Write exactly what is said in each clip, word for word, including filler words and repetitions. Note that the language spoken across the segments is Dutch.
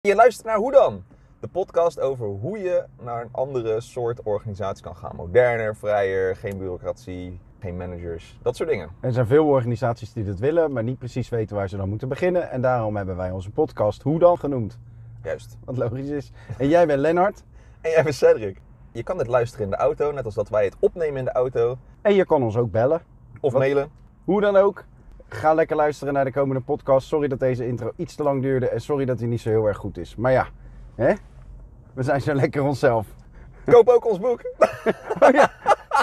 Je luistert naar Hoe Dan? De podcast over hoe je naar een andere soort organisatie kan gaan. Moderner, vrijer, geen bureaucratie, geen managers, dat soort dingen. Er zijn veel organisaties die dat willen, maar niet precies weten waar ze dan moeten beginnen. En daarom hebben wij onze podcast Hoe Dan genoemd. Juist. Wat logisch is. En jij bent Lennart. En jij bent Cedric. Je kan dit luisteren in de auto, net als dat wij het opnemen in de auto. En je kan ons ook bellen. Of Wat? mailen. Hoe dan ook. Ga lekker luisteren naar de komende podcast. Sorry dat deze intro iets te lang duurde en sorry dat hij niet zo heel erg goed is. Maar ja, hè? We zijn zo lekker onszelf. Koop ook ons boek. Oh ja.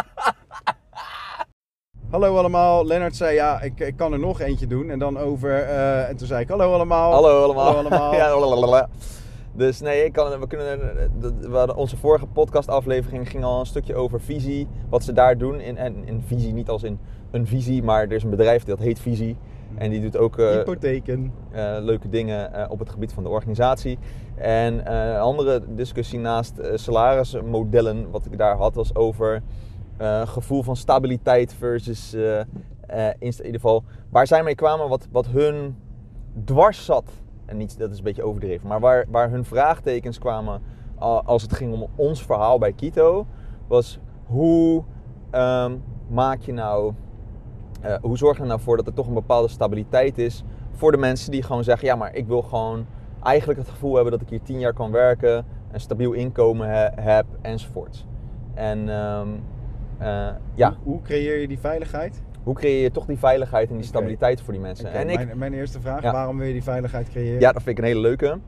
Hallo allemaal. Lennart zei ja, ik, ik kan er nog eentje doen. En dan over... Uh, en toen zei ik hallo allemaal. Hallo allemaal. Hallo allemaal. Ja, lalalala. Dus nee, ik kan, we kunnen, we hadden, onze vorige podcastaflevering ging al een stukje over visie. Wat ze daar doen. In, en in visie, niet als in een visie, maar er is een bedrijf dat heet Visie. En die doet ook uh, Hypotheken. Uh, leuke dingen uh, op het gebied van de organisatie. En uh, een andere discussie naast uh, salarismodellen, wat ik daar had, was over uh, gevoel van stabiliteit versus, uh, uh, in ieder geval, waar zij mee kwamen, wat, wat hun dwars zat. En niet, dat is een beetje overdreven, maar waar, waar hun vraagtekens kwamen uh, als het ging om ons verhaal bij Kito, was hoe um, maak je nou... Uh, hoe zorg je er nou voor dat er toch een bepaalde stabiliteit is voor de mensen die gewoon zeggen, ja, maar ik wil gewoon eigenlijk het gevoel hebben dat ik hier tien jaar kan werken, een stabiel inkomen he, heb enzovoort. En um, uh, ja. Hoe, hoe creëer je die veiligheid? Hoe creëer je toch die veiligheid en die Okay. stabiliteit voor die mensen? Okay, en ik, mijn, mijn eerste vraag, ja. waarom wil je die veiligheid creëren? Ja, dat vind ik een hele leuke.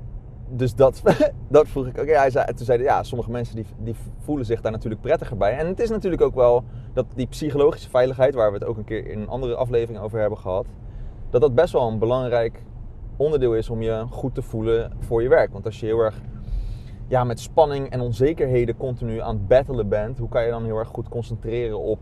Dus dat, dat vroeg ik ook. Okay, hij zei, toen zeiden ja, sommige mensen die, die voelen zich daar natuurlijk prettiger bij. En het is natuurlijk ook wel dat die psychologische veiligheid, waar we het ook een keer in een andere aflevering over hebben gehad, dat dat best wel een belangrijk onderdeel is om je goed te voelen voor je werk. Want als je heel erg ja, met spanning en onzekerheden continu aan het battelen bent, hoe kan je dan heel erg goed concentreren op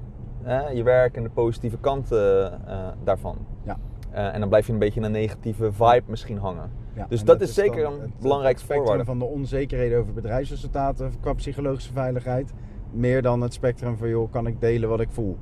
eh, je werk en de positieve kanten uh, daarvan? Ja. Uh, en dan blijf je een beetje in een negatieve vibe misschien hangen. Ja, dus dat, dat is, is zeker dan een het, belangrijkste het voorwaarde. van de onzekerheden over bedrijfsresultaten qua psychologische veiligheid. Meer dan het spectrum van, joh, kan ik delen wat ik voel?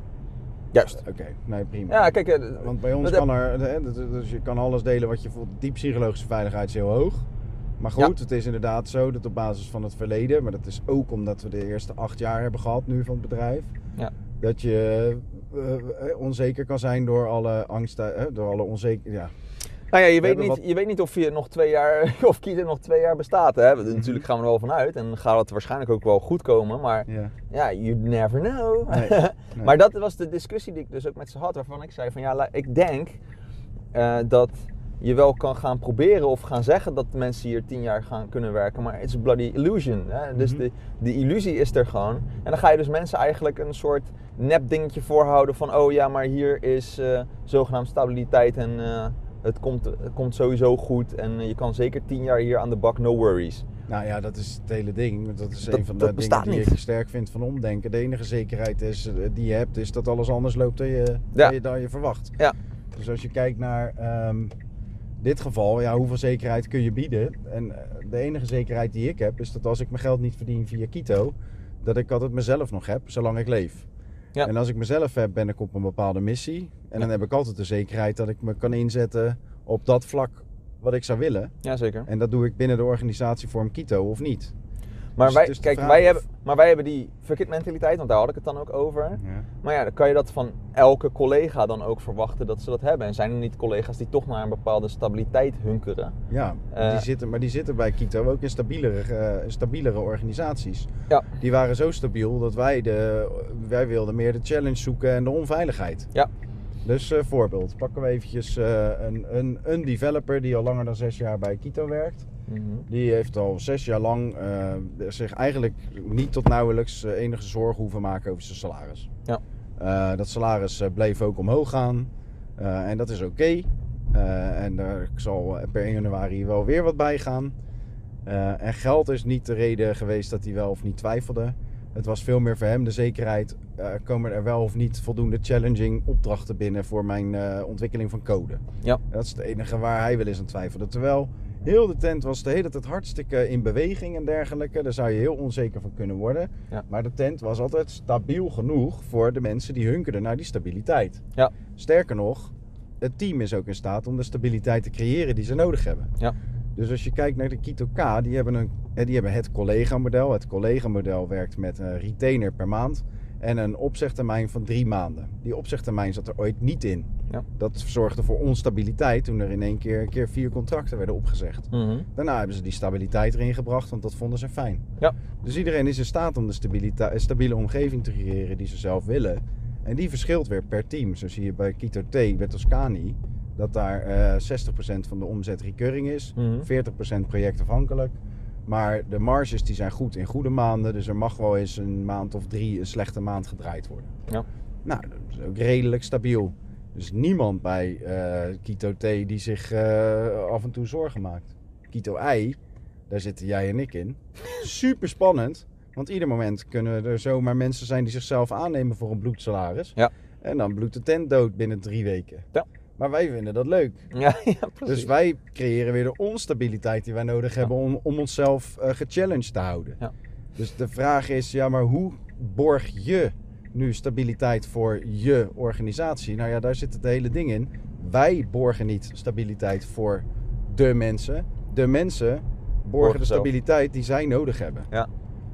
Juist. Oké, okay, nee, prima. Ja, kijk, uh, Want bij ons kan er, dus je kan alles delen wat je voelt. Die psychologische veiligheid is heel hoog. Maar goed, ja. Het is inderdaad zo dat op basis van het verleden, maar dat is ook omdat we de eerste acht jaar hebben gehad nu van het bedrijf, ja. dat je uh, onzeker kan zijn door alle angsten, uh, door alle onzeker, ja. Nou ja, je weet, niet, wat... je weet niet of je nog twee jaar, of Kito nog twee jaar bestaat. Hè? Mm-hmm. Natuurlijk gaan we er wel vanuit en gaat het waarschijnlijk ook wel goed komen, maar ja, ja you never know. Nee, nee. Maar dat was de discussie die ik dus ook met ze had, waarvan ik zei van ja, ik denk uh, dat je wel kan gaan proberen of gaan zeggen dat mensen hier tien jaar gaan kunnen werken, maar it's a bloody illusion. Hè? Mm-hmm. Dus de, de illusie is er gewoon. En dan ga je dus mensen eigenlijk een soort nep dingetje voorhouden van oh ja, maar hier is uh, zogenaamd stabiliteit en uh, het, komt, het komt sowieso goed en uh, je kan zeker tien jaar hier aan de bak, no worries. Nou ja, dat is het hele ding. Dat is dat, een van de dingen die niet. ik sterk vind van omdenken. De enige zekerheid is, die je hebt is dat alles anders loopt dan je, ja. dan je, dan je verwacht. Ja. Dus als je kijkt naar um, dit geval, ja, hoeveel zekerheid kun je bieden? En de enige zekerheid die ik heb is dat als ik mijn geld niet verdien via Kito, dat ik altijd mezelf nog heb, zolang ik leef. Ja. En als ik mezelf heb, ben ik op een bepaalde missie. En ja. dan heb ik altijd de zekerheid dat ik me kan inzetten op dat vlak wat ik zou willen. Jazeker. En dat doe ik binnen de organisatievorm Kito of niet. Maar, dus wij, dus kijk, wij of... hebben, maar wij hebben die fuck-it mentaliteit, want daar had ik het dan ook over. Ja. Maar ja, dan kan je dat van elke collega dan ook verwachten dat ze dat hebben. En zijn er niet collega's die toch naar een bepaalde stabiliteit hunkeren? Ja, uh, die zitten, maar die zitten bij Kito ook in stabielere, uh, stabielere organisaties. Ja. Die waren zo stabiel dat wij, de, wij wilden meer de challenge zoeken en de onveiligheid. Ja. Dus uh, voorbeeld, pakken we eventjes uh, een, een, een developer die al langer dan zes jaar bij Kito werkt. Mm-hmm. Die heeft al zes jaar lang uh, zich eigenlijk niet tot nauwelijks uh, enige zorgen hoeven maken over zijn salaris. Ja. Uh, dat salaris uh, bleef ook omhoog gaan uh, en dat is oké. Okay. Uh, en daar zal per één januari wel weer wat bij gaan. Uh, en geld is niet de reden geweest dat hij wel of niet twijfelde. Het was veel meer voor hem de zekerheid, uh, komen er wel of niet voldoende challenging opdrachten binnen voor mijn uh, ontwikkeling van code. Ja. Dat is het enige waar hij wel eens aan twijfelde. Terwijl heel de tent was de hele tijd hartstikke in beweging en dergelijke. Daar zou je heel onzeker van kunnen worden. Ja. Maar de tent was altijd stabiel genoeg voor de mensen die hunkerden naar die stabiliteit. Ja. Sterker nog, het team is ook in staat om de stabiliteit te creëren die ze nodig hebben. Ja. Dus als je kijkt naar de Kito K, die hebben, een, die hebben het collega-model. Het collega-model werkt met een retainer per maand en een opzegtermijn van drie maanden. Die opzegtermijn zat er ooit niet in. Ja. Dat zorgde voor onstabiliteit toen er in één keer, een keer vier contracten werden opgezegd. Mm-hmm. Daarna hebben ze die stabiliteit erin gebracht, want dat vonden ze fijn. Ja. Dus iedereen is in staat om de stabiliteit, stabiele omgeving te creëren die ze zelf willen. En die verschilt weer per team. Zo zie je bij Kito T, bij Toscani, dat daar uh, zestig procent van de omzet recurring is, Mm-hmm. veertig procent projectafhankelijk. Maar de marges die zijn goed in goede maanden, dus er mag wel eens een maand of drie een slechte maand gedraaid worden. Ja. Nou, dat is ook redelijk stabiel. Dus niemand bij uh, Kito T die zich uh, af en toe zorgen maakt. Kito I, daar zitten jij en ik in. Super spannend, want ieder moment kunnen er zomaar mensen zijn die zichzelf aannemen voor een bloedsalaris. Ja. En dan bloedt de tent dood binnen drie weken. Ja. Maar wij vinden dat leuk. Ja, ja, precies. Dus wij creëren weer de onstabiliteit die wij nodig hebben om, om onszelf uh, gechallenged te houden. Ja. Dus de vraag is, ja, maar hoe borg je nu stabiliteit voor je organisatie? Nou ja, daar zit het hele ding in. Wij borgen niet stabiliteit voor de mensen. De mensen borgen Borgen de zelf. stabiliteit die zij nodig hebben. Ja,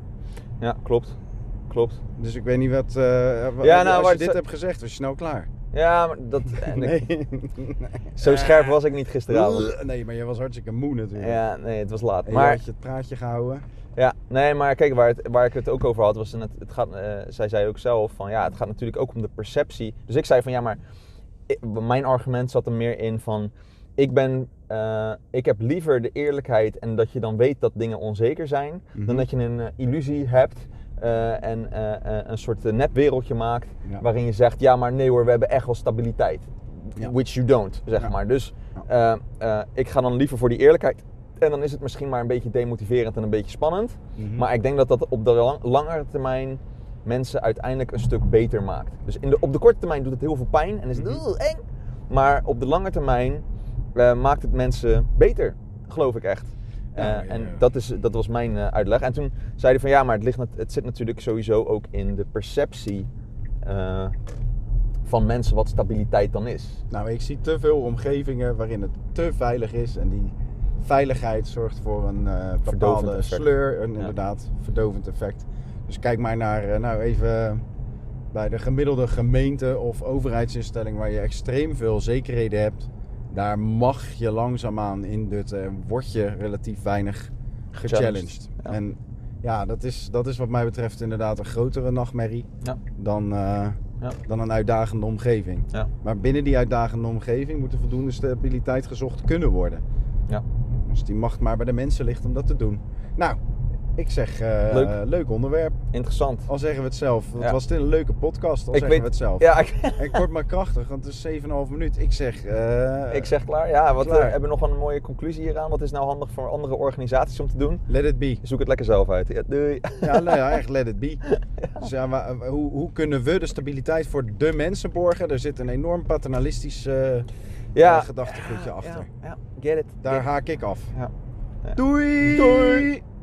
ja klopt. Klopt. Dus ik weet niet wat... Uh, Ja, nou, als maar je dit het- hebt gezegd, was je snel klaar. Ja, maar dat... En ik- Nee. Zo scherp was ik niet gisteravond. Nee, maar jij was hartstikke moe natuurlijk. Ja, nee, het was laat. En je Maar had je het praatje gehouden. ja, nee, maar kijk, waar, het, waar ik het ook over had, was het, het gaat, uh, zij zei ook zelf van ja, het gaat natuurlijk ook om de perceptie. Dus ik zei van ja, maar ik- mijn argument zat er meer in van ik ben, uh, ik heb liever de eerlijkheid en dat je dan weet dat dingen onzeker zijn, Mhm. dan dat je een uh, illusie hebt uh, en uh, uh, een soort uh, nepwereldje maakt Ja. waarin je zegt ja, maar nee hoor, we hebben echt wel stabiliteit. Ja. Which you don't, zeg Ja. maar. Dus uh, uh, ik ga dan liever voor die eerlijkheid. En dan is het misschien maar een beetje demotiverend en een beetje spannend. Mhm. Maar ik denk dat dat op de lang, langere termijn mensen uiteindelijk een stuk beter maakt. Dus in de, op de korte termijn doet het heel veel pijn en is het Mhm. "Ugh, eng." Maar op de lange termijn uh, maakt het mensen beter, geloof ik echt. Uh, Ja, ja, ja. En dat, is, dat was mijn uh, uitleg. En toen zei hij van ja, maar het, ligt, nat- het zit natuurlijk sowieso ook in de perceptie uh, van mensen wat stabiliteit dan is. Nou, ik zie te veel omgevingen waarin het te veilig is. En die veiligheid zorgt voor een uh, Verdovend bepaalde effect. sleur. En Ja. inderdaad, verdovend effect. Dus kijk maar naar, uh, nou even bij de gemiddelde gemeente of overheidsinstelling waar je extreem veel zekerheden hebt. Daar mag je langzaamaan in dutten en word je relatief weinig gechallenged. Gechallenged, ja. En ja, dat is, dat is wat mij betreft inderdaad een grotere nachtmerrie Ja. dan, uh, Ja. dan een uitdagende omgeving. Ja. Maar binnen die uitdagende omgeving moet er voldoende stabiliteit gezocht kunnen worden. Ja. Dus die macht maar bij de mensen ligt om dat te doen. Nou, ik zeg, uh, Leuk. leuk onderwerp. Interessant. Al zeggen we het zelf. Het Ja. was dit een leuke podcast, al Ik zeggen weet- we het zelf. Ja, ik, En ik word maar krachtig, want het is zeven komma vijf minuut. Ik zeg... uh, ik zeg klaar. Ja, wat, klaar. uh, hebben we nog een mooie conclusie hieraan? Wat is nou handig voor andere organisaties om te doen? Let it be. Zoek het lekker zelf uit. Ja, doei. Ja, nou ja, echt let it be. Dus ja, maar, uh, hoe, hoe kunnen we de stabiliteit voor de mensen borgen? Er zit een enorm paternalistisch uh, Ja. uh, gedachtegoedje achter. Ja, ja, get it. Daar Get it. haak ik af. Ja. Ja. Doei! Doei!